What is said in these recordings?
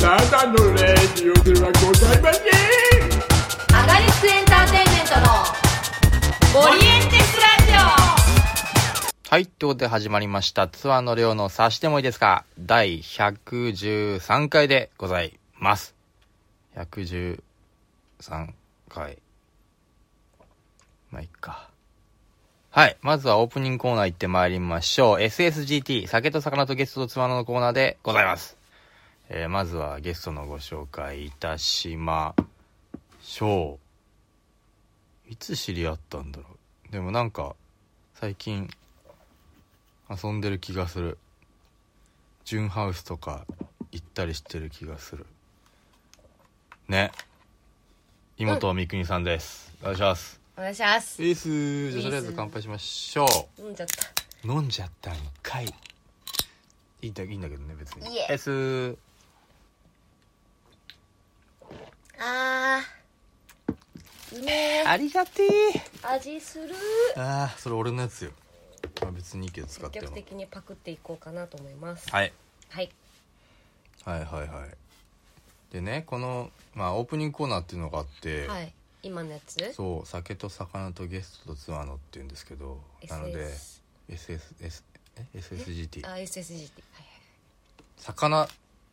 ただのレディオではございません。 アガリスクエンターテインメントのオリエンテスラジオ。 はい、ということで始まりましたツアーの量の察してもいいですか、第113回でございます。113回、まあいっか。はい、まずはオープニングコーナー行ってまいりましょう。 SSGT 酒と魚とゲストとツアーのコーナーでございます。まずはゲストのご紹介いたしましょう。いつ知り合ったんだろう。でもなんか最近遊んでる気がする。ジュンハウスとか行ったりしてる気がするね。妹尾美邦さんです、お願いします。 お願いします。 じゃあとりあえず乾杯しましょう。 飲んじゃった。 飲んじゃったんかい。いいんだけどね別に。 いえうめえ。 ありがてえ。 味する。 それ俺のやつよ。まあ別にいいけど使っても。 積極的にパクっていこうかなと思います。 はいはいはいでね、このまあオープニングコーナーっていうのがあって、 はい、今のやつ。 そう、酒と魚とゲストとツアーのっていうんですけど、なので SSGT。 あ、SSGT。 はいはい。 魚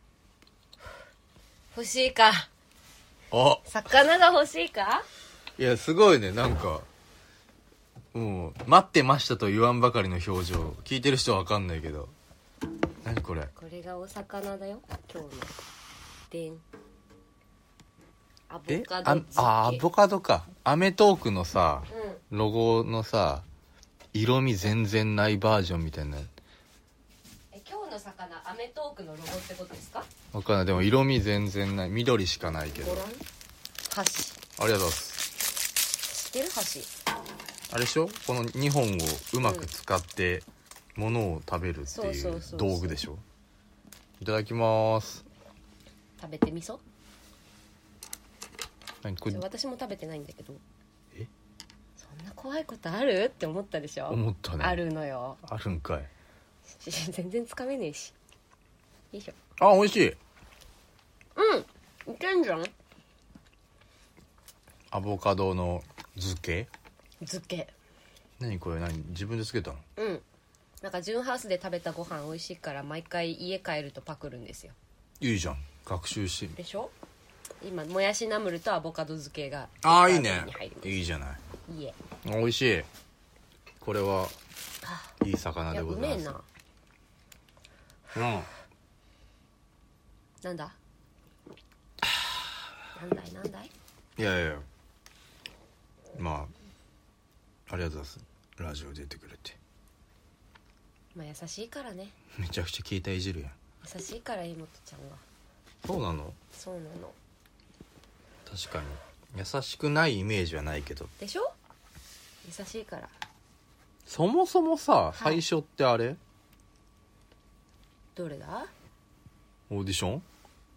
欲しいか。魚が欲しいか。 いやすごいね、なんかもう待ってましたと言わんばかりの表情。聞いてる人は分かんないけど、何これ。 これがお魚だよ今日の。でん、アボカド漬け。 アボカドか。アメトークのさ、 うロゴのさ、色味全然ないバージョンみたいな。 今日の魚アメトークのロゴってことですか。 分かんない。でも色味全然ない、緑しかないけど。 ご覧、箸。 ありがとうございます。 知ってる箸。 あれでしょ、この2本をうまく使って物を食べるっていう道具でしょ。いただきます。 食べてみそ。 何これ。 私も食べてないんだけど。 え、 そんな怖いことあるって思ったでしょ。 思ったね。 あるのよ。 あるんかい。 全然つかめねえし。よいしょ。 あ、美味しい。 いけんじゃん。 アボカドの漬け。何これ、自分でつけたの。 なんかジュンハウスで食べたご飯美味しいから毎回家帰るとパクるんですよ。 いいじゃん、学習してるでしょ。今もやしナムルとアボカド漬けがいいね。いいじゃない。 いえ、 美味しい。これはいい魚でございます。 いやうめえな。なんだなんだい。 いやまあありがとうございます。ラジオ出てくれて。 まあ優しいからね。 めちゃくちゃ携帯いじるやん。 優しいから妹ちゃんは。 そうなの。 そうなの。 確かに優しくないイメージはないけど。 でしょ。優しいから。 そもそもさ、最初ってあれ、 どれだ。 オーディション。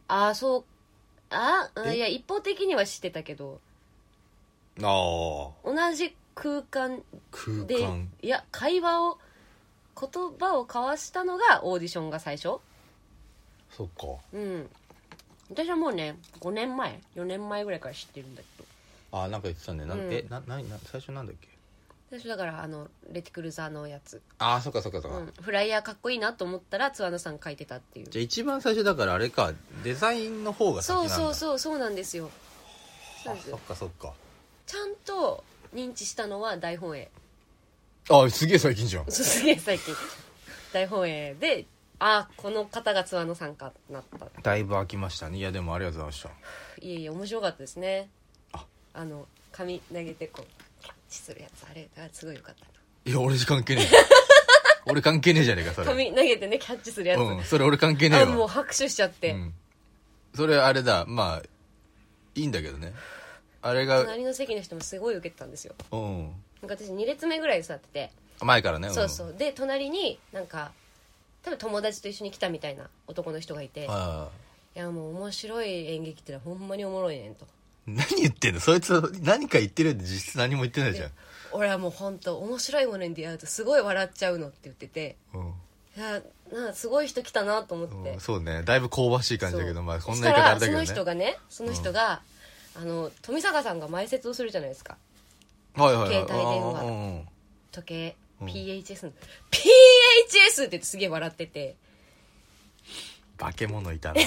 いや一方的には知ってたけど、同じ空間でいや言葉を交わしたのがオーディションが最初。 そっか。 私はもうね4年前ぐらいから知ってるんだけど。 なんか言ってたね。最初なんだっけ。 最初だからレティクルザーのやつ。 そっか、 フライヤーかっこいいなと思ったらツアノさん書いてたっていう。 じゃあ一番最初だからあれか、デザインの方が先なんだ。 そうなんですよ。 そっか。 ちゃんと認知したのは大本営。 すげえ最近じゃん。 すげえ最近。大本営でこの方がツアノさんかってなった。 だいぶ空きましたね。いやでもありがとうございました。 いえ面白かったですね。紙投げてこうキャッチするやつ、あれがすごい良かった。 いや俺関係ねえ俺関係ねえじゃねえかそれ。 紙投げてねキャッチするやつ、 それ俺関係ねえわ。 もう拍手しちゃって、 それあれだ。まあいいんだけどね。あれが隣の席の人もすごい受けてたんですよ。なんか私2列目ぐらい座ってて、 前からね。 そうで隣になんか多分友達と一緒に来たみたいな男の人がいて、いやもう面白い演劇ってのはほんまにおもろいねんと。 何言ってんのそいつ。何か言ってるんで実質何も言ってないじゃん。 俺はもう本当面白いものに出会うとすごい笑っちゃうのって言ってて、いやなんかすごい人来たなと思って、 そうね、だいぶ香ばしい感じだけど、まあこんな言い方あれだけどね。 その人が、富坂さんが前説をするじゃないですか。 はいはいはい。 携帯電話、時計、PHS って言ってすげえ笑ってて、 化け物いたな。い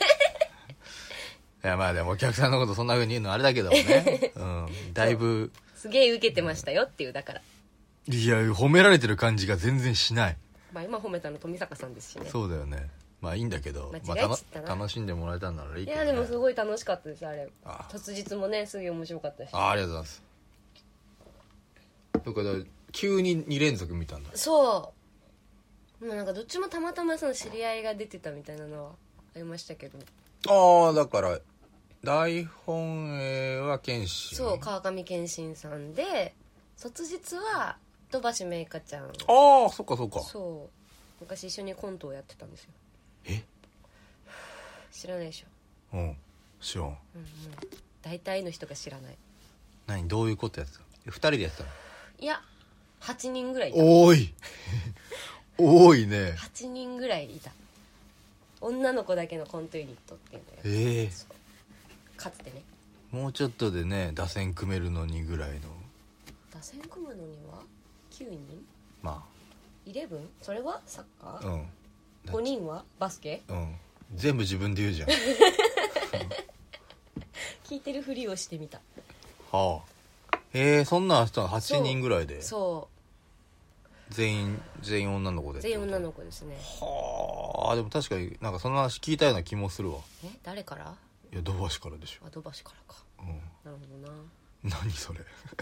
やまあでもお客さんのことそんな風に言うのあれだけどもね、だいぶすげえ受けてましたよっていう。だからいや褒められてる感じが全然しない。 まあ今褒めたの富坂さんですしね。 そうだよね。まあいいんだけど、 間違えちゃったな。 楽しんでもらえたんならいいけど、ね、 いやでもすごい楽しかったですあれ。突日もねすげえ面白かったし。 ありがとうございます。だから急に2連続見たんだ。 そう、もうなんかどっちもたまたまその知り合いが出てたみたいなのはありましたけど。 だから大本営は謙信。 そう、川上謙信さんで、卒日は土橋めいかちゃん。 そっかそっか。 そう、昔一緒にコントをやってたんですよ。知らないでしょ。 知らん。 大体の人が知らない。 何、どういうことやってたの？2人でやってたの？ いや8人ぐらいいた。 多い多いね。 8人ぐらいいた。女の子だけのコントユニットっていうのやって、かつてね。 もうちょっとでね打線組めるのにぐらいの。 打線組むのには9人、 まあ 11？ それはサッカー、 うん、 5人はバスケ、 全部自分で言うじゃん。 聞いてるふりをしてみた。 そんなんしたの8人ぐらいで。 そう全員女の子で。 全員女の子ですね。 でも確かになんかその話聞いたような気もするわ。 誰から？ いや土橋からでしょ。 土橋からか。なるほどな。 何それ。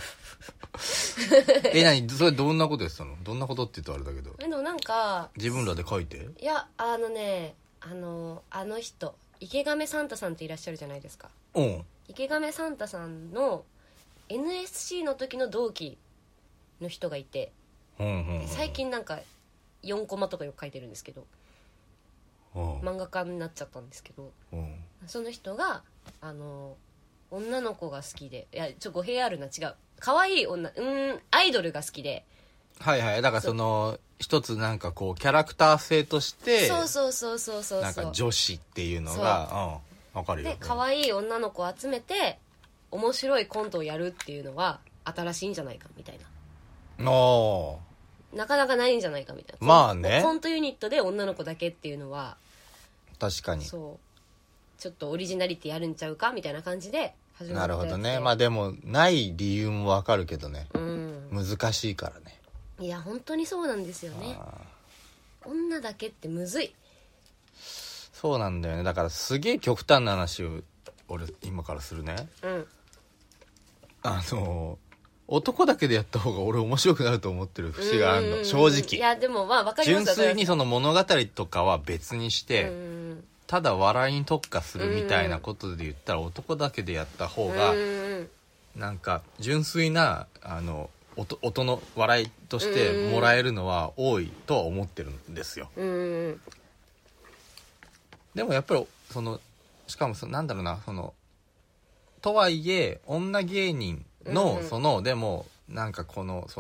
それどんなことやってたの？どんなことって言うとあれだけど。 でもなんか自分らで書いて？ いやあの人池亀サンタさんっていらっしゃるじゃないですか。池亀サンタさんの NSC の時の同期の人がいて、最近なんか4コマとかよく書いてるんですけど、漫画家になっちゃったんですけど、その人が女の子が好きで、いや語弊あるな、違う、可愛い女、アイドルが好きで、だからその一つなんかこうキャラクター性としてそうなんか女子っていうのが分かるよ。 で可愛い女の子を集めて面白いコントをやるっていうのは新しいんじゃないかみたいな。なかなかないんじゃないかみたいな。 まあね、 コントユニットで女の子だけっていうのは確かにそうちょっとオリジナリティあるんちゃうかみたいな感じで始まったやつで。 なるほどね。まあでもない理由も分かるけどね、難しいからね。 いや本当にそうなんですよね。女だけってむずい。 そうなんだよね。だからすげえ極端な話を俺今からするね。男だけでやった方が俺面白くなると思ってる節があるの、正直。 いやでもまあ分かります。 純粋にその物語とかは別にして、ただ笑いに特化するみたいなことで言ったら男だけでやった方がなんか純粋な音の笑いとしてもらえるのは多いとは思ってるんですよ。でもやっぱりしかもなんだろうな、とはいえ女芸人のでもなんか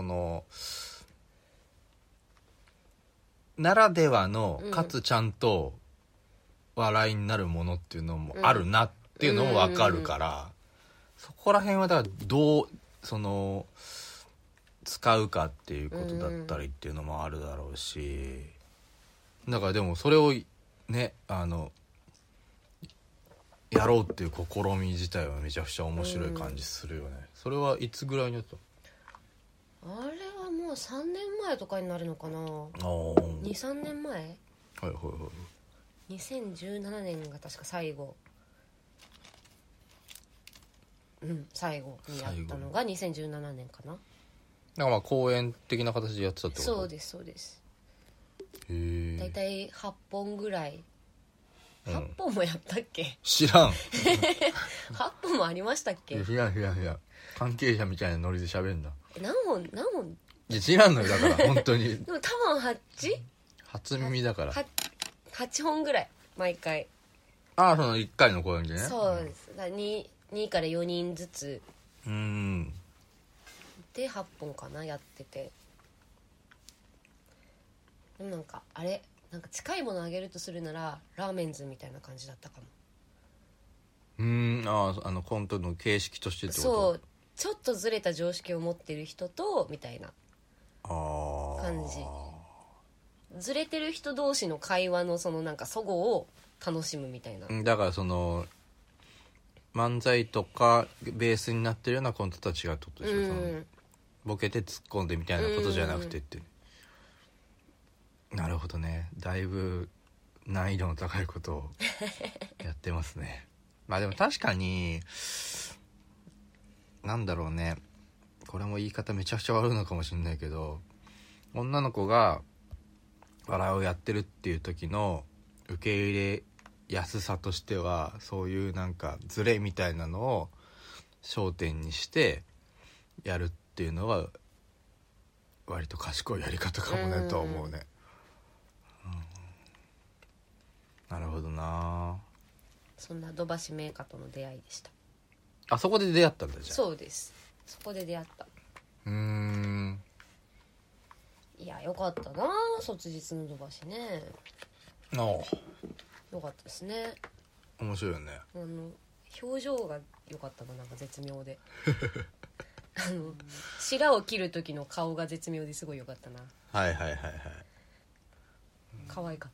ならではのかつちゃんと笑いになるものっていうのもあるなっていうのも分かるから、そこら辺はだからどう使うかっていうことだったりっていうのもあるだろうし、だからでもそれをねやろうっていう試み自体はめちゃくちゃ面白い感じするよね。それはいつぐらいにやったの？あれはもう3年前とかになるのかな。23年前。2017年が確か最後最後にやったのが2017年かな。 だからまあ公演的な形でやってたってこと？ そうですそうです。だいたい8本ぐらい。8本もやったっけ？ 知らん。8 本もありましたっけ？ いや関係者みたいなノリで喋んだ。 何本いや知らんのよだから本当に。 でも多分初耳だから。 8本ぐらい毎回。 その1回の公演でね。 そうです。2から4人ずつで8本かなやってて。でもなんかあれなんか近いものあげるとするならラーメンズみたいな感じだったかも。 コントの形式としてってこと？ そうちょっとずれた常識を持ってる人とみたいな感じ。ずれてる人同士の会話のそのなんか齟齬を楽しむみたいな。 だからその漫才とかベースになってるようなコントとは違うってことでしょ、そのボケて突っ込んでみたいなことじゃなくてって、なるほどね。だいぶ難易度の高いことをやってますねまあでも確かになんだろうね、これも言い方めちゃくちゃ悪いのかもしれないけど、女の子が笑いをやってるっていう時の受け入れやすさとしては、そういうなんかズレみたいなのを焦点にしてやるっていうのは割と賢いやり方かもねとは思うね、なるほどな。 そんな土橋メーカーとの出会いでした。 あそこで出会ったんだじゃん。 そうです、そこで出会った。いやよかったな、卒日の土橋ね。よかったですね。 面白いよね。 表情が良かったな、なんか絶妙で白を切る時の顔が絶妙ですごい良かったな。 はいはいはいはい。 可愛かった。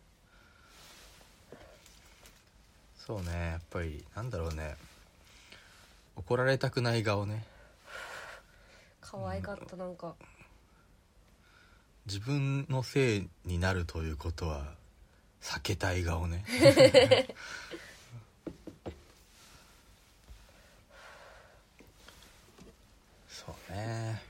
そうね、やっぱりなんだろうね、怒られたくない顔ね。 可愛かった、なんか自分のせいになるということは避けたい顔ねそうね。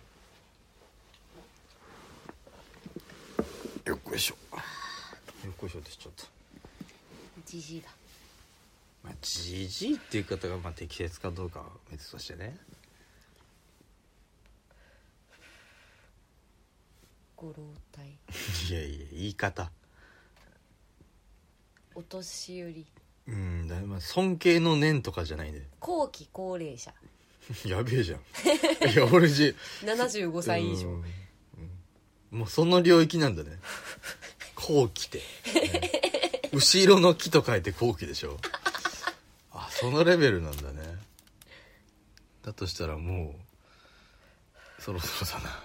よっこいしょ、よっこいしょってしちゃった。 ジジイだ。 まあジジイっていう方がまあ適切かどうかは別としてね。 ご老体いやいや言い方、 お年寄り、 だまあ尊敬の念とかじゃないんで。 後期高齢者やべえじゃんいや俺 75歳以上、 もうその領域なんだね後期って、後ろの木と書いて後期でしょあ、そのレベルなんだね。だとしたらもうそろそろだな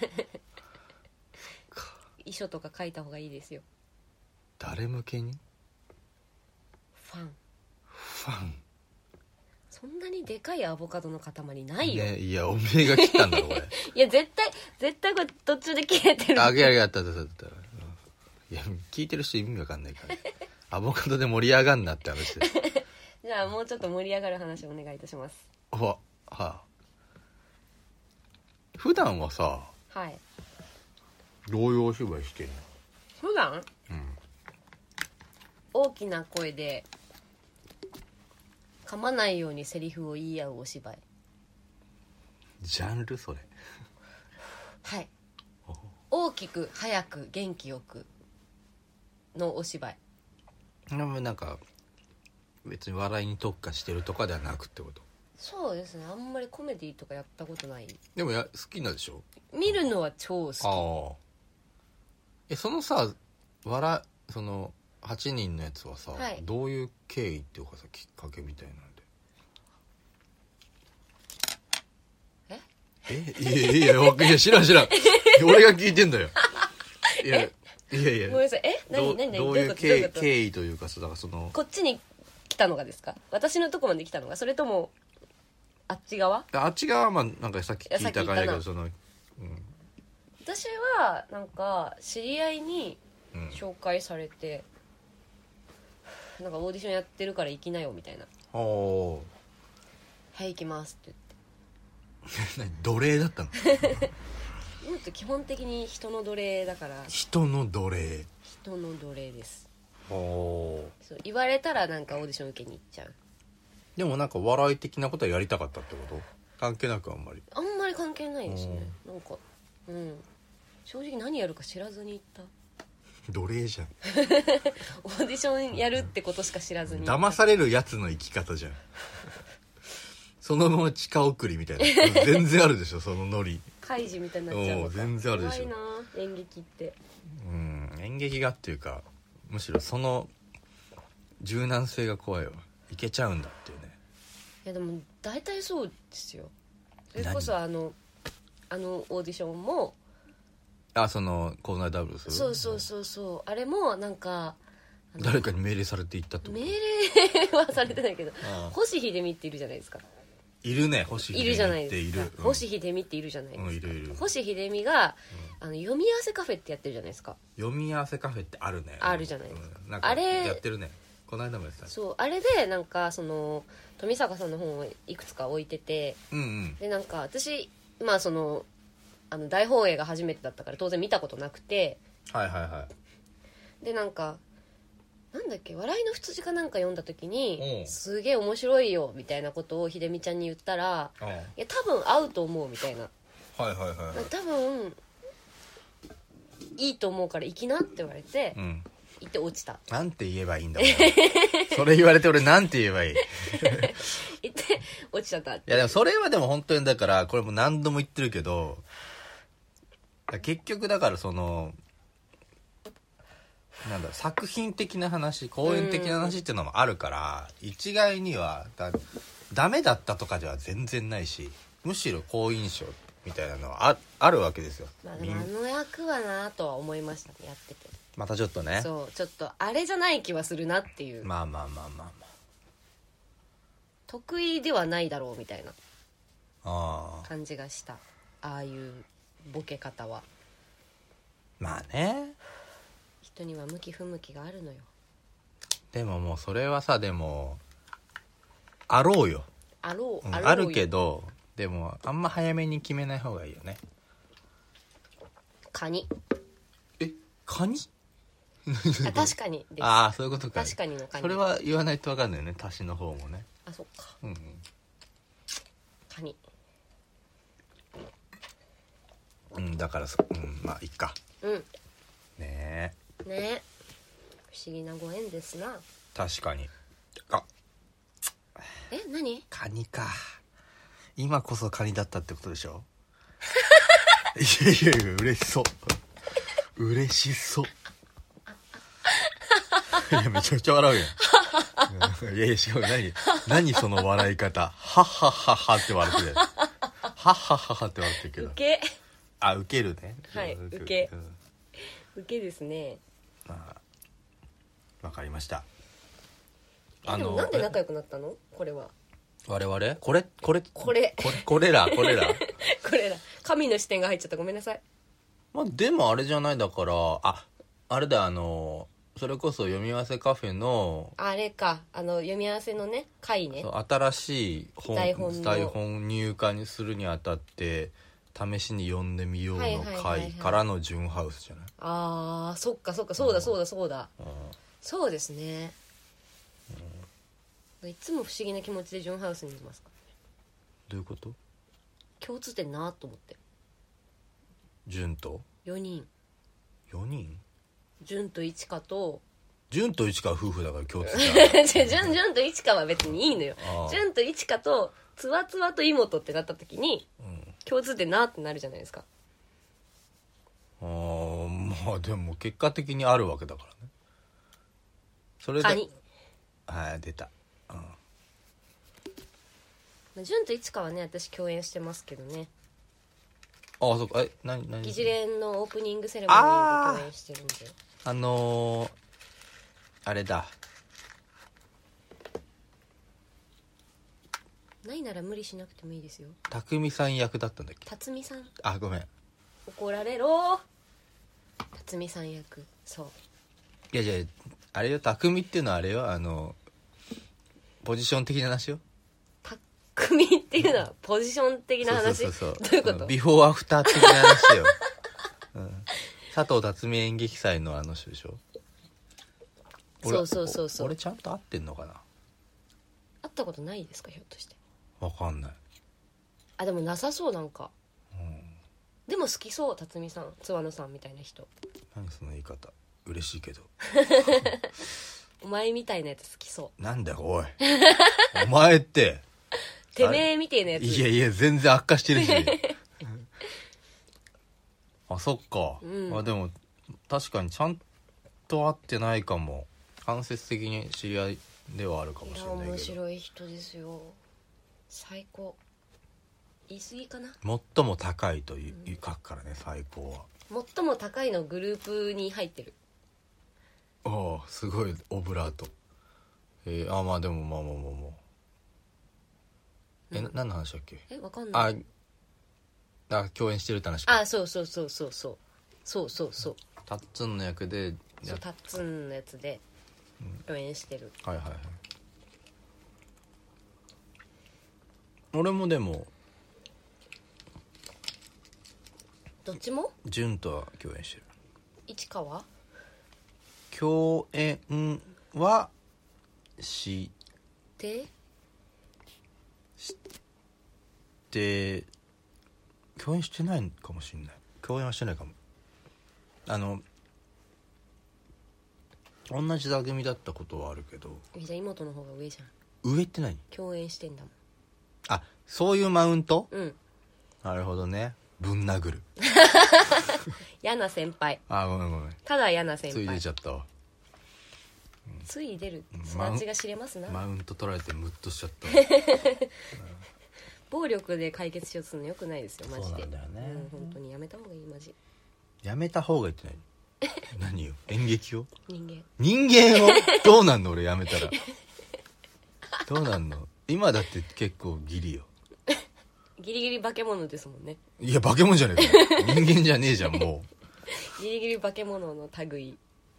遺書とか書いた方がいいですよ。 誰向けに？ ファン。 ファン。 そんなにでかいアボカドの塊ないよ、 ね、いやおめえが切ったんだろこれいや絶対これ途中で切れてる。 あげあったいや聞いてる人意味わかんないからアボカドで盛り上がんなって話でじゃあもうちょっと盛り上がる話をお願いいたします。 普段はさ、 はい、 どういうお芝居してんの？ 普段、大きな声で噛まないようにセリフを言い合うお芝居。 ジャンルそれ？ はい。大きく早く元気よくのお芝居。 なんか別に笑いに特化してるとかではなくってこと？ そうですね、あんまりコメディとかやったことない。 でも好きなんでしょ？ 見るのは超好き。そのさその8人のやつはさ、 はい、 どういう経緯っていうかさ、きっかけみたいなんで。いや知らん俺が聞いてんだよ。いやごめんなさい。何どういう経緯というかさ、だからそのこっちに来たのがですか？私のとこまで来たのが、それともあっち側はまあなんかさっき聞いた感じだけど、その、 私はなんか知り合いに紹介されて、なんかオーディションやってるから行きなよみたいな。はい行きますって言って奴隷だったの？ もっと基本的に人の奴隷だから。 人の奴隷です。そう言われたらなんかオーディション受けに行っちゃう。 でもなんか笑い的なことはやりたかったってこと？関係なくあんまり関係ないですね。なんか正直何やるか知らずに行った。 奴隷じゃんオーディションやるってことしか知らずに騙されるやつの生き方じゃんそのまま地下送りみたいな全然あるでしょそのノリ。 カイジみたいになっちゃうのか。 全然あるでしょ。 怖いな演劇って。 演劇がっていうかむしろその柔軟性が怖いわ。いけちゃうんだっていうね。 いやでも大体そうですよ。それこそあのオーディションもそのコーナーダブルス、 そうあれもなんか誰かに命令されていったってこと。 命令はされてないけど星秀美っているじゃないですか。 いるね、星秀美いるじゃないですか、 うん、 星秀美っているじゃないですか、 いる星秀美が、読み合わせカフェってやってるじゃないですか。 読み合わせカフェってあるね。 あるじゃないですか、 なんかやってるね。この間もやってた。 そうあれでなんかその富坂さんの本をいくつか置いてて、でなんか私まあその大放映が初めてだったから当然見たことなくて、でなんかなんだっけ、笑いの羊かなんか読んだ時にすげえ面白いよみたいなことを秀美ちゃんに言ったら、いや多分合うと思うみたいな、多分いいと思うから行きなって言われて、行って落ちた。 なんて言えばいいんだそれ言われて俺なんて言えばいい行って落ちちゃったって。 いやでもそれはでも本当にだからこれも何度も言ってるけど、結局だからそのなんだ作品的な話、公演的な話っていうのもあるから、一概にはダメだったとかでは全然ないし、むしろ好印象みたいなのはあるわけですよ。 まあ、でも役はなとは思いましたね、やってて。 またちょっとね、 そうちょっとあれじゃない気はするなっていう。 まあ得意ではないだろうみたいな感じがした。ああいうボケ方はまあね、 人には向き不向きがあるのよ。 でももうそれはさ、でもあろうよ。あるけど、でもあんま早めに決めない方がいいよね。 カニ。 カニ確かにです。 ああ、そういうことか。 確かにのカニ。 それは言わないと分かんないよね、足しの方もね。 あ、そっか。カニ。 だからまあいっか。ねえ、 不思議なご縁ですな。 確かに。 何？ カニか。今こそカニだったってことでしょいや嬉しそういやめちゃめちゃ笑うやんいやしかも何その笑い方、はっはっはっはって笑ってる、はっはっはっはって笑ってるけど、ウケるね。 はい、ウケですね。 わかりました。 でもなんで仲良くなったの？これは我々これら神の視点が入っちゃった、ごめんなさい。 まあでもあれじゃない、だからあれだ、それこそ読み合わせカフェのあれか、読み合わせのね回ね、 新しい台本入荷にするにあたって試しに読んでみようの回からのジュンハウスじゃない？ あー、そっかそうだそうですね。いつも不思議な気持ちでジュンハウスにいますか？ どういうこと？ 共通点なと思って。 ジュンと 4人ジュンとイチカとジュンとイチカは夫婦だから共通点ジュンとイチカは別にいいのよ。ジュンとイチカとツワツワと妹ってなった時に、共通点なってなるじゃないですか。 まあでも結果的にあるわけだからね。それでカニ。 出た。 ジュンとイチカはね、私共演してますけどね。 そうか。何疑似恋のオープニングセレモニーで共演してるんで。 あれだ。 ないなら無理しなくてもいいですよ。 匠さん役だったんだっけ？ 辰巳さん。 ごめん。 怒られろ。辰巳さん役。そう。 いやじゃあれよ、匠っていうのはあれよ、ポジション的な話よ。 匠っていうのはポジション的な話？ そうどういうこと？ ビフォーアフター的な話よ。佐藤辰巳演劇祭の人でしょ。 そう俺ちゃんと会ってんのかな？ 会ったことないですか、ひょっとして。 わかんない。 でもなさそう、なんか。でも好きそう、辰巳さん、津和野さんみたいな人。 何その言い方、嬉しいけど。 お前みたいなやつ好きそう。 なんだよおいお前っててめえみてえなやつ。 いや全然悪化してるしそっか、でも確かにちゃんと会ってないかも。間接的に知り合いではあるかもしれないけど。 面白い人ですよ。最高。言い過ぎかな。 最も高いという書くからね、最高は。 最も高いのグループに入ってる。 ああ、すごいオブラート。まあでもまあ何の話だっけ。 わかんない。 共演してるって話か。 そうタッツンの役でタッツンのやつで共演してる、 はいはいはい。俺もでもどっちも潤とは共演してる。 市川共演はして共演してないかもしれない。共演はしてないかも。同じ座組だったことはあるけど。 じゃあ妹の方が上じゃん。上って何？ 共演してんだもん。 あ、そういうマウント？ うん。 なるほどね。ぶん殴る。 嫌な先輩。 ごめん。 ただ嫌な先輩。 つい出ちゃったわ。 つい出る育ちが知れますな。 マウント取られてムッとしちゃったわ。 暴力で解決しようとするのよくないですよマジで。 そうなんだよね。 本当にやめた方がいいマジ。 やめた方がいいって何？何よ？演劇を？人間をどうなんの？俺やめたらどうなんの？今だって結構ギリよ。 ギリギリ化け物ですもんね。 いや化け物じゃねえか。人間じゃねえじゃんもう。ギリギリ化け物の類。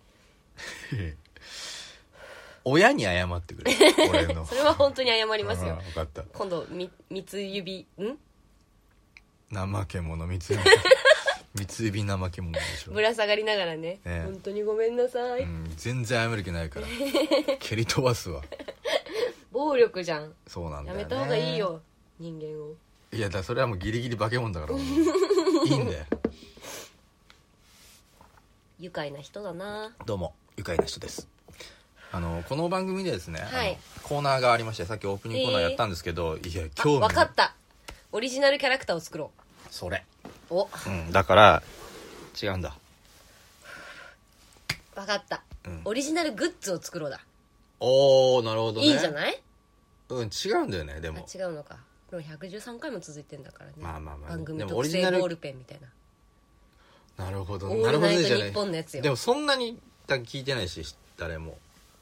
親に謝ってくれ。俺の。 それは本当に謝りますよ。 分かった。 今度三つ指怠け者三つ指怠け者でしょ。 ぶら下がりながらね。本当にごめんなさい。 全然謝る気ないから。蹴り飛ばすわ。 暴力じゃん。 そうなんだよね。 やめた方がいいよ人間を。 いやそれはもうギリギリ化け物だからもういいんだよ。 愉快な人だな。 どうも愉快な人です。この番組でですね、 はい、 コーナーがありまして、さっきオープニングコーナーやったんですけど、いや今日分かった。オリジナルキャラクターを作ろう。それだから違うんだ。 分かった、オリジナルグッズを作ろうだ。 おー、なるほどね。 いいんじゃない？ 違うんだよね。でも違うのか。でも113回も続いてんだからね。 まあ番組特製ボールペンみたいな。 なるほど。 オールナイトニッポンのやつよ。 でもそんなに聞いてないし誰も。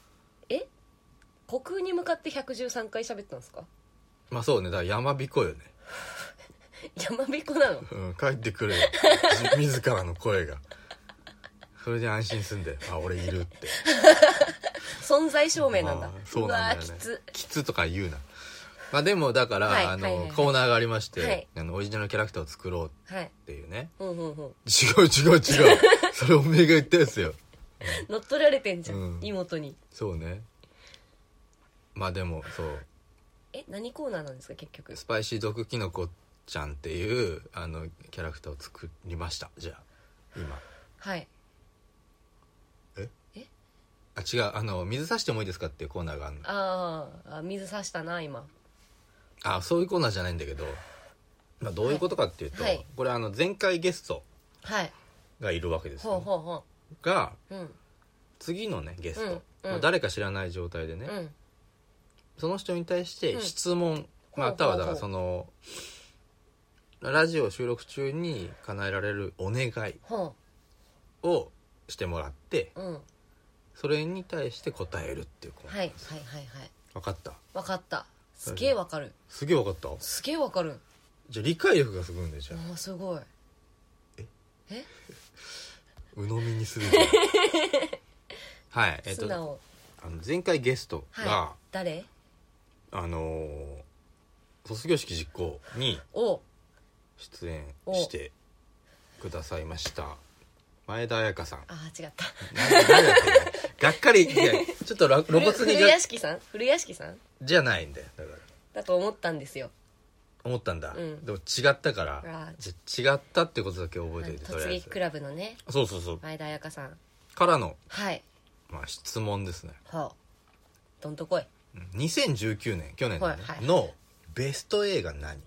虚空に向かって113回喋ったんですか？ まあそうね。だから山彦よね。 山彦なの？ 帰ってくるよ。自らの声が。それで安心すんだよ。俺いるって。 存在証明なんだ。 そうなんだよね。きつとか言うな。まあでもだから、コーナーがありまして、オリジナルキャラクターを作ろうっていうね。違う。それおめえが言ったやつよ。 乗っ取られてんじゃん、妹に。 そうね。まあでもそう。 何コーナーなんですか結局？ スパイシー毒キノコちゃんっていうキャラクターを作りました。じゃあ今。 はい。 違う、水差してもいいですかっていうコーナーがあるの。水差したな今。 そういうコーナーじゃないんだけど、まあ、どういうことかっていうと、これ前回ゲストがいるわけですよ、が、次のねゲスト、誰か知らない状態でね、その人に対して質問、またはだからそのラジオ収録中に叶えられるお願いをしてもらって、それに対して答えるっていうコーナーです。分かった？分かった。 すげえ分かる。 すげえ分かった？ すげえ分かる。 じゃあ理解力がすごいんでじゃあ。すごい。 鵜呑みにするじゃん。はい。 素直。 前回ゲストが、 誰？ 卒業式実行に出演してくださいました前田彩香さん。 違った。 がっかり。いやちょっと露骨に。古屋敷さんじゃないんだよ。 だと思ったんですよ。 思ったんだ、でも違ったから、違ったってことだけ覚えておいて。 突撃クラブのね。 そう前田彩香さんからの質問ですね。 どんとこい。 2019年去年のベスト映画何？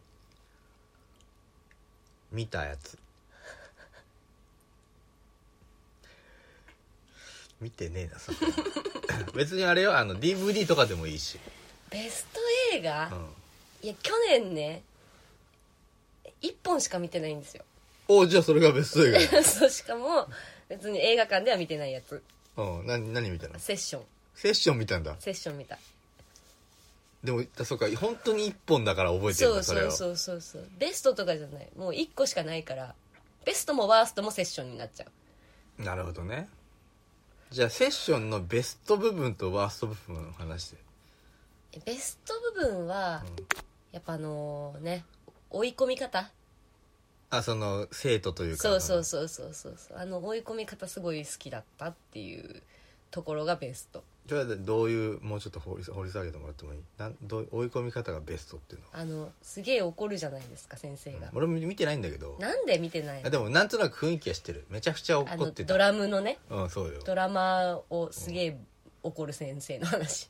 見たやつ。 見てねえなそこ別にあれよDVD とかでもいいし。 ベスト映画、いや去年ね1本しか見てないんですよ。 お、じゃあそれがベスト映画そう、しかも別に映画館では見てないやつ。 何見たの？ セッション。 セッション見たんだ。 セッション見た。 でもそうか、本当に1本だから覚えてるんだ。それをそうベストとかじゃない、もう1個しかないから、ベストもワーストもセッションになっちゃう。 なるほどね。じゃあセッションのベスト部分とワースト部分を話して。 ベスト部分は、やっぱね、追い込み方。 その生徒というか。 そう追い込み方すごい好きだったっていうところがベスト。 じゃあどういう、もうちょっと掘り下げてもらってもいい？追い込み方がベストっていうのはすげえ怒るじゃないですか先生が、 俺も見てないんだけど。 なんで見てないの？ でもなんとなく雰囲気はしてる。めちゃくちゃ怒ってた。 ドラムのね、 そうよ。 ドラマをすげえ怒る先生の話、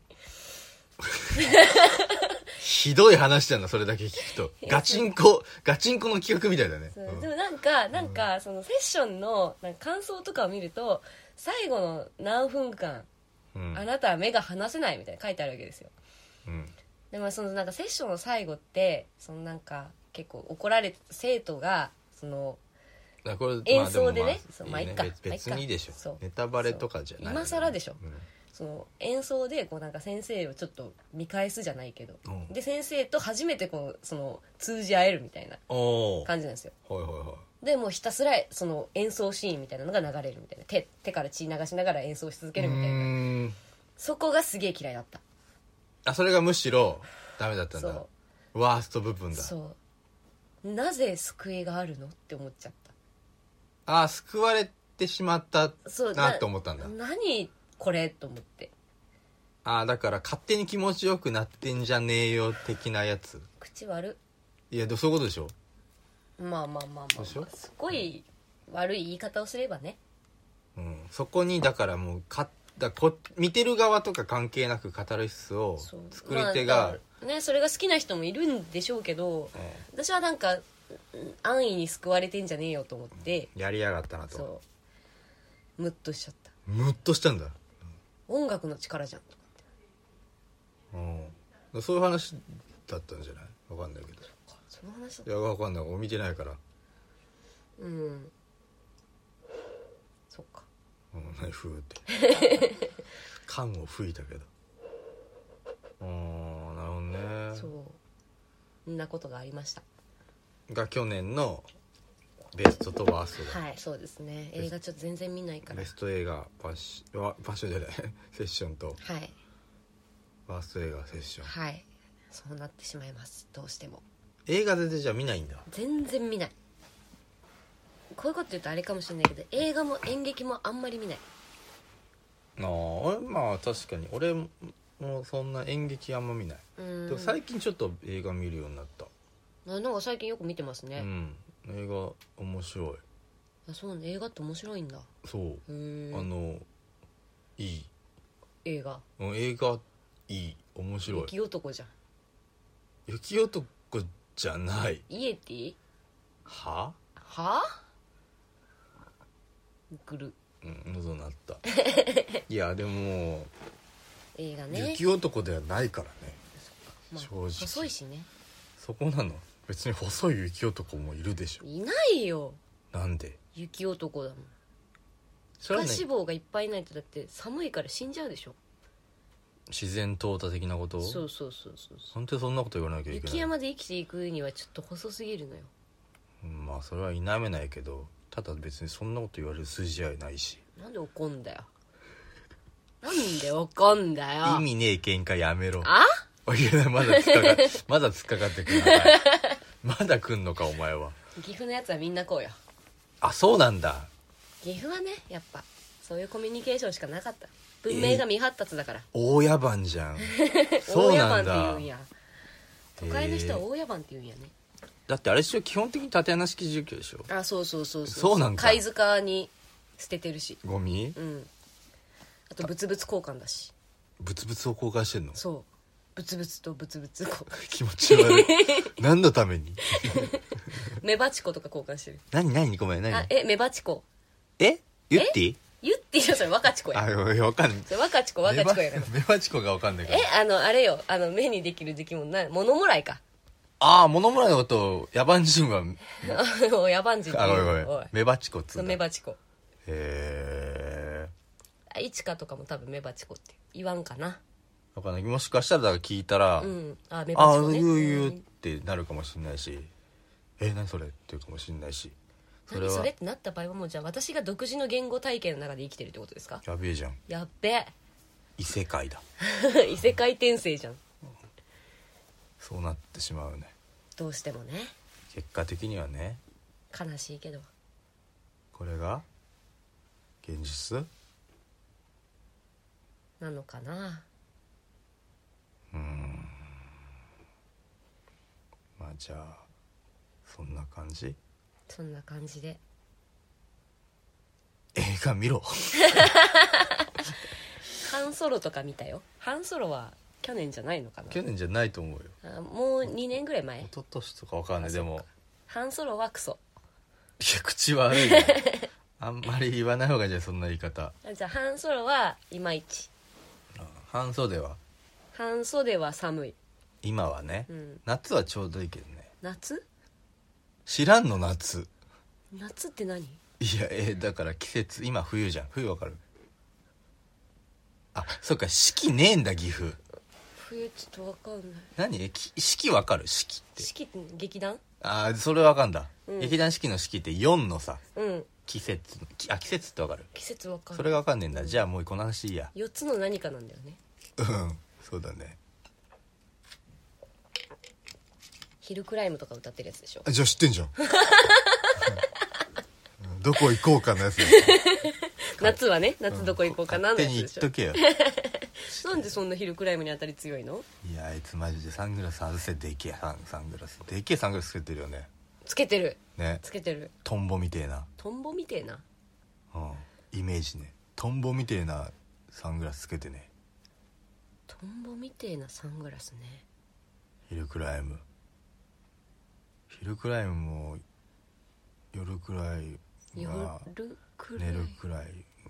ひどい話だな、それだけ聞くと。ガチンコの企画みたいだね。 でもなんかそのセッションのなんか感想とかを見ると、最後の何分間、あなたは目が離せないみたいな書いてあるわけですよ。でもそのなんかセッションの最後って、そのなんか結構怒られ生徒がその演奏でね、 別にいいでしょ。ネタバレとかじゃない。 今更でしょ。その演奏でこうなんか先生をちょっと見返すじゃないけど、で先生と初めてその通じ合えるみたいな感じなんですよ。でもうひたすらその演奏シーンみたいなのが流れるみたいな、手から血流しながら演奏し続けるみたいな、そこがすげえ嫌いだった。 それがむしろダメだったんだ。ワースト部分だ。 なぜ救いがあるのって思っちゃった。 救われてしまったなって思ったんだ。 何これと思って。 だから勝手に気持ちよくなってんじゃねえよ的なやつ。 口悪いやでもそういうことでしょ。 まあすごい悪い言い方をすればね、 そこにだからもう見てる側とか関係なくカタルシスを作り手が、 それが好きな人もいるんでしょうけど、私はなんか安易に救われてんじゃねえよと思って、 やりやがったなと。 そうムッとしちゃった。 ムッとしたんだ。 音楽の力じゃんと思って。そういう話だったんじゃない？分かんないけど。 その話だった。 いや分かんない。俺見てないから。 そっか。 何ふーって缶を吹いたけど。なるほどね。 そんなことがありました。 が去年のベストとワーストだ。 そうですね。映画ちょっと全然見ないから。 ベスト映画パッションじゃないセッションと、ワースト映画セッション。 そうなってしまいます。どうしても映画全然じゃあ見ないんだ。 全然見ない。こういうこと言うとあれかもしれないけど、映画も演劇もあんまり見ない。 まあ確かに俺もそんな演劇あんま見ない。でも最近ちょっと映画見るようになった。 なんか最近よく見てますね。 映画面白い。 そうね、映画って面白いんだ。 そういい映画。 映画いい、面白い。 雪男じゃん。 雪男じゃない。 イエティはぐる。 喉鳴ったいやでも映画ね、 雪男ではないからね、正直。 細いしね。 そこなの。別に細い雪男もいるでしょ。 いないよ。 なんで？ 雪男だもん。 それは皮下脂肪がいっぱいないとだって寒いから死んじゃうでしょ。 自然淘汰的なこと？ そう本当にそんなこと言わなきゃいけない。 雪山で生きていくにはちょっと細すぎるのよ。 まあそれは否めないけど、ただ別にそんなこと言われる筋合いないし。 なんで怒んだよ。なんで怒んだよ。 意味ねえ喧嘩やめろ。いやまだ突っかかってくるなまだ来んのかお前は。 岐阜のやつはみんなこうよ。 そうなんだ。 岐阜はね、やっぱそういうコミュニケーションしかなかった。文明が未発達だから。 大野蛮じゃんそうなんだ。 大野蛮って言うんや。都会の人は大野蛮って言うんやね。 だってあれでしょ、基本的に縦穴式住居でしょ。 そうそうなんか。 貝塚に捨ててるし。 ゴミ？ あと物々交換だし。 物々を交換してんの？ そう、物々と物々交換気持ち悪い何のためにメバチコとか交換してる。 何ごめん何？ メバチコ。 ユッティ？ ユッっていうそれ若智子や。 あ、わかんない。 それ若智子やから。 メバチコがわかんないから。 あれよ、目にできる出来物物もらいか。 ああ、物もらいのこと野蛮人は野蛮人ってあ、ごめんごおいめん。メバチコっつそううメバチコ。 へえ。 いちかとかも多分メバチコって言わんかな。 わかんない。もしかしたらだから聞いたら、 うんメバチああ、 コね。 言うってなるかもしれないし、何それって言うかもしれないし。 何それってなった場合はもうじゃあ私が独自の言語体系の中で生きてるってことですか？ やべえじゃん。 やっべ異世界だ。 異世界転生じゃん。 そうなってしまうね。 どうしてもね。 結果的にはね。 悲しいけど。 これが現実なのかな。 まあじゃあそんな感じ。 そんな感じで映画見ろ。 ハンソロとか見たよ。ハンソロは去年じゃないのかな。 去年じゃないと思うよ。 もう2年ぐらい前。 一昨年とかわかんない。でもハンソロはクソ。 いや口悪いね。あんまり言わない方がいいじゃん、そんな言い方。 じゃあハンソロはいまいち。 半袖は半袖は寒い。 今はね、夏はちょうどいいけどね。 夏？ 知らんの夏。 夏って何？ いやだから季節、今冬じゃん。冬わかる？あ、そっか、四季ねえんだ岐阜。 冬ちょっとわかんない。 何？四季わかる？四季って。 四季って劇団？ あ、それわかんだ、 うん、 劇団四季の四季って4のさ、 うん、 季節ってわかる？ 季節わかんない。 それがわかんねえんだ、じゃあもうこの話いいや。 4つの何かなんだよね。 そうだね。 ヒルクライムとか歌ってるやつでしょ。 じゃあ知ってんじゃん。どこ行こうかのやつだよ。 夏はね、夏どこ行こうかなのやつでしょ。 勝手に言っとけよ。 なんでそんなヒルクライムに当たり強いの？ いや、あいつマジでサングラス外せ。でけえサングラス。でけえサングラスつけてるよね。 つけてるね。 つけてる。 トンボみてえな。 トンボみてえな。 イメージね。トンボみてえなサングラスつけてね。 トンボみてえなサングラスね。 ヒルクライムも夜くらいは寝るくらい。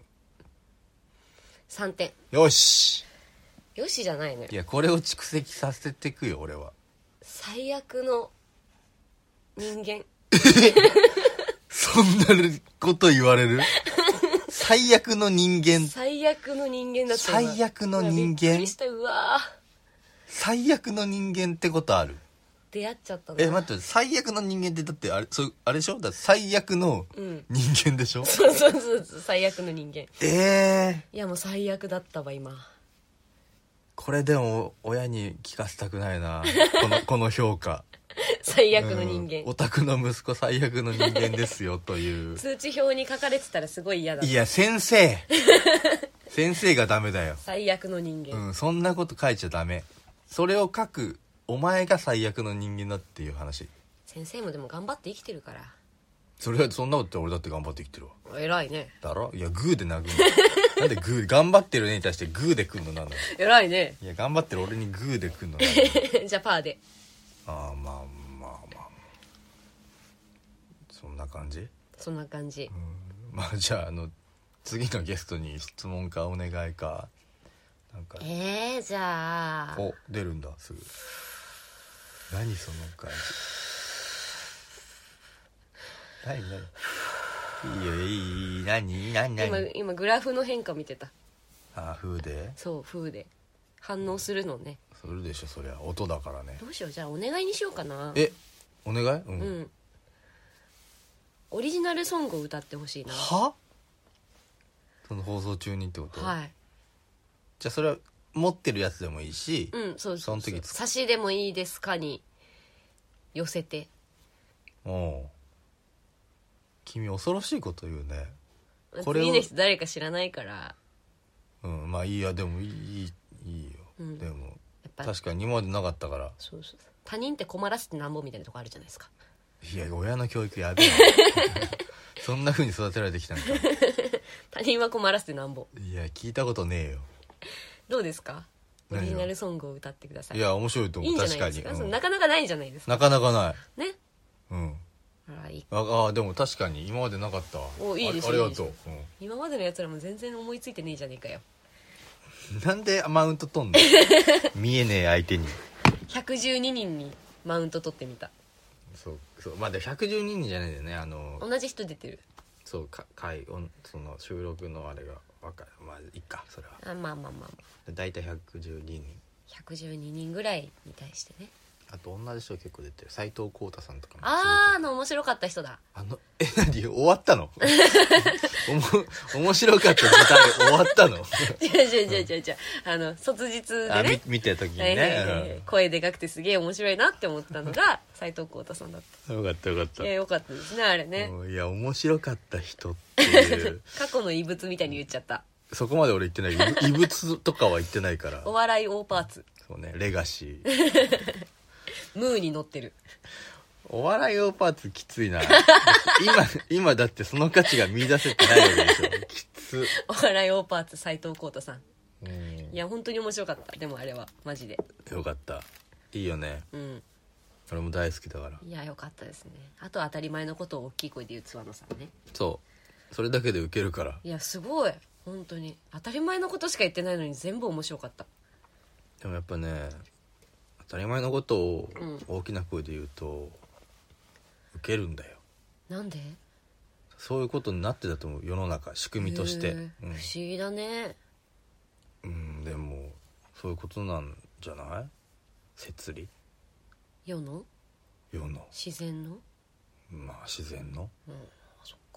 3点。 よしよしじゃないのよ。 いや、これを蓄積させてくよ俺は。 最悪の人間。 そんなこと言われる？最悪の人間。 最悪の人間だった。 最悪の人間。 びっくりした。うわ最悪の人間ってことある？ 出会っちゃったの。 待って、最悪の人間ってだってあれでしょ？だって最悪の人間でしょ？ そう最悪の人間。いやもう最悪だったわ今。 これでも親に聞かせたくないな。この評価。 最悪の人間。 お宅の息子最悪の人間ですよという通知表に書かれてたらすごい嫌だ。 いや先生がダメだよ。 最悪の人間。 そんなこと書いちゃダメ。それを書くお前が最悪の人間だっていう話。 先生もでも頑張って生きてるから。 それはそんなことって俺だって頑張って生きてるわ。偉いね。 だろ？いやグーで殴るなんでグー頑張ってるねに対してグーで来んのなんだ。 偉いね。 いや頑張ってる俺にグーで来んのじゃあパーで。 まあそんな感じ。まあじゃあ次のゲストに質問かお願いかなんか。 じゃあ出るんだすぐ。何その感じ。いいよいい。何今グラフの変化見てた。 風で。 そう風で反応するのね。 するでしょそりゃ、音だからね。 どうしよう、じゃあお願いにしようかな。 お願い？ オリジナルソングを歌ってほしいな。 は？その放送中にってこと？ はい。 じゃあそれは持ってるやつでもいいし、 そうその時差しでもいいですかに寄せて。 君恐ろしいこと言うね。 これ次の人誰か知らないから。 まあいいや。でもいいよ、でも確かに今までなかったから。 そう他人って困らせてなんぼみたいなとこあるじゃないですか。 いや親の教育やべえそんな風に育てられてきたんか。 他人は困らせてなんぼ。 いや聞いたことねえよ。 どうですか？オリジナルソングを歌ってください。 いや面白いと思う。 いいんじゃないですか。確かに、なかなかないじゃないですか。 なかなかないね。 いい。 でも確かに今までなかったわ。 お、いいでしょ。 ありがとう、 今までのやつらも全然思いついてねえじゃねえかよ。 なんでマウント取んの見えねえ相手に。 112人にマウント取ってみた。 そうまあで112人じゃないんだよね。 同じ人出てる。 そうその収録のあれが分かる。まあいいかそれは。 まあだいたい112人。 112人ぐらいに対してね。 あと同じ人結構出てる。斉藤浩太さんとかも。 面白かった人だ。 何終わったの面白かった舞台終わったの違う卒日でね見てた時にね、 声でかくてすげえ面白いなって思ったのが斉藤浩太さんだった。 よかったよかった。 いやよかったですねあれね。 いや面白かった人っていう過去の異物みたいに言っちゃった。 そこまで俺言ってない。異物とかは言ってないから。 お笑い大パーツ。 そうね、レガシームーに乗ってる。 お笑い大パーツきついな今だってその価値が見出せてないわけでしょ。きつ。 お笑い大パーツ斉藤浩太さん。いや本当に面白かった。でもあれはマジでよかった。いいよね。俺も大好きだから。 いやよかったですね。あと当たり前のことを大きい声で言う諏訪野さんね。 そうそれだけでウケるから。 いやすごい本当に当たり前のことしか言ってないのに全部面白かった。 でもやっぱね、当たり前のことを大きな声で言うとウケるんだよ。 なんで？ そういうことになってたと思う、世の中仕組みとして、 不思議だね。 でもそういうことなんじゃない？摂理？ 世の自然の？ まあ自然の。 そっか。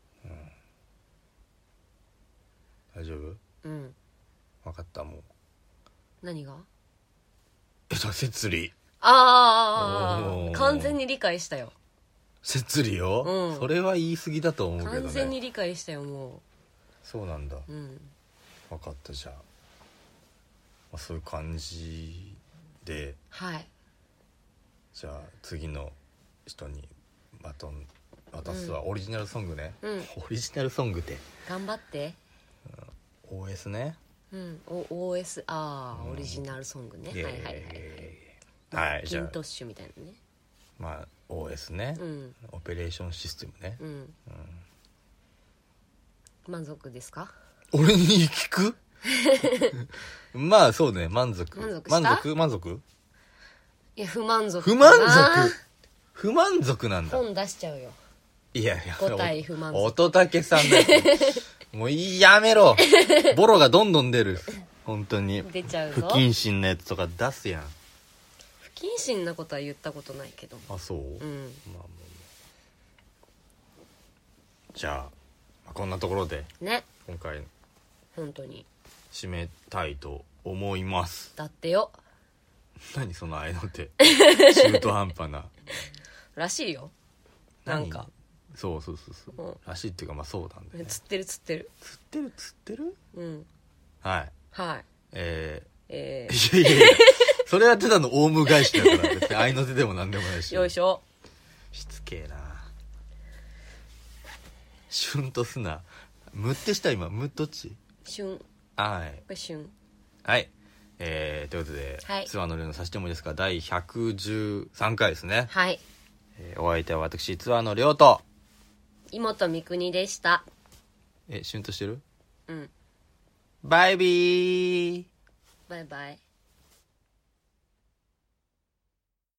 大丈夫？分かった。もう何が？ 摂理。 完全に理解したよ。 摂理よ、それは言い過ぎだと思うけどね。 完全に理解したよもう。 そうなんだ。分かった。じゃあ、そういう感じで、じゃあ次の人にバトン渡すはオリジナルソングね。オリジナルソングで頑張って。 OS ね。 OS オリジナルソングね。はいキントッシュみたいなね。 まあ OS ね、オペレーションシステムね。 満足ですか？ 俺に聞くまあそうね、満足。 いや不満足なんだ。本出しちゃうよ。 いや 5体不満足。 乙武さんだよもうやめろボロがどんどん出る。本当に出ちゃうぞ。 不謹慎なやつとか出すやん。 不謹慎なことは言ったことないけど。 あ、そう？じゃあこんなところでね、今回本当に締めたいと思います。 だってよ。 何その合いの手中途半端ならしいよ。なんかそう、らしいっていうか、まあそうなんだよね。 釣ってるはいいやそれはただのオウム返しだから別に合いの手でもなんでもないし。 よいしょ。 しつけえな。シュンとすな。ムってした今。ムどっち？ シュン。 はい。 これシュン。 はい。ということで、ツアーの例のさしてもいいですか、第113回ですね。 はい。 お相手は私、ツアーのりょうと妹三国でした。 シュンとしてる？ うん。 バイビー。 バイバイ。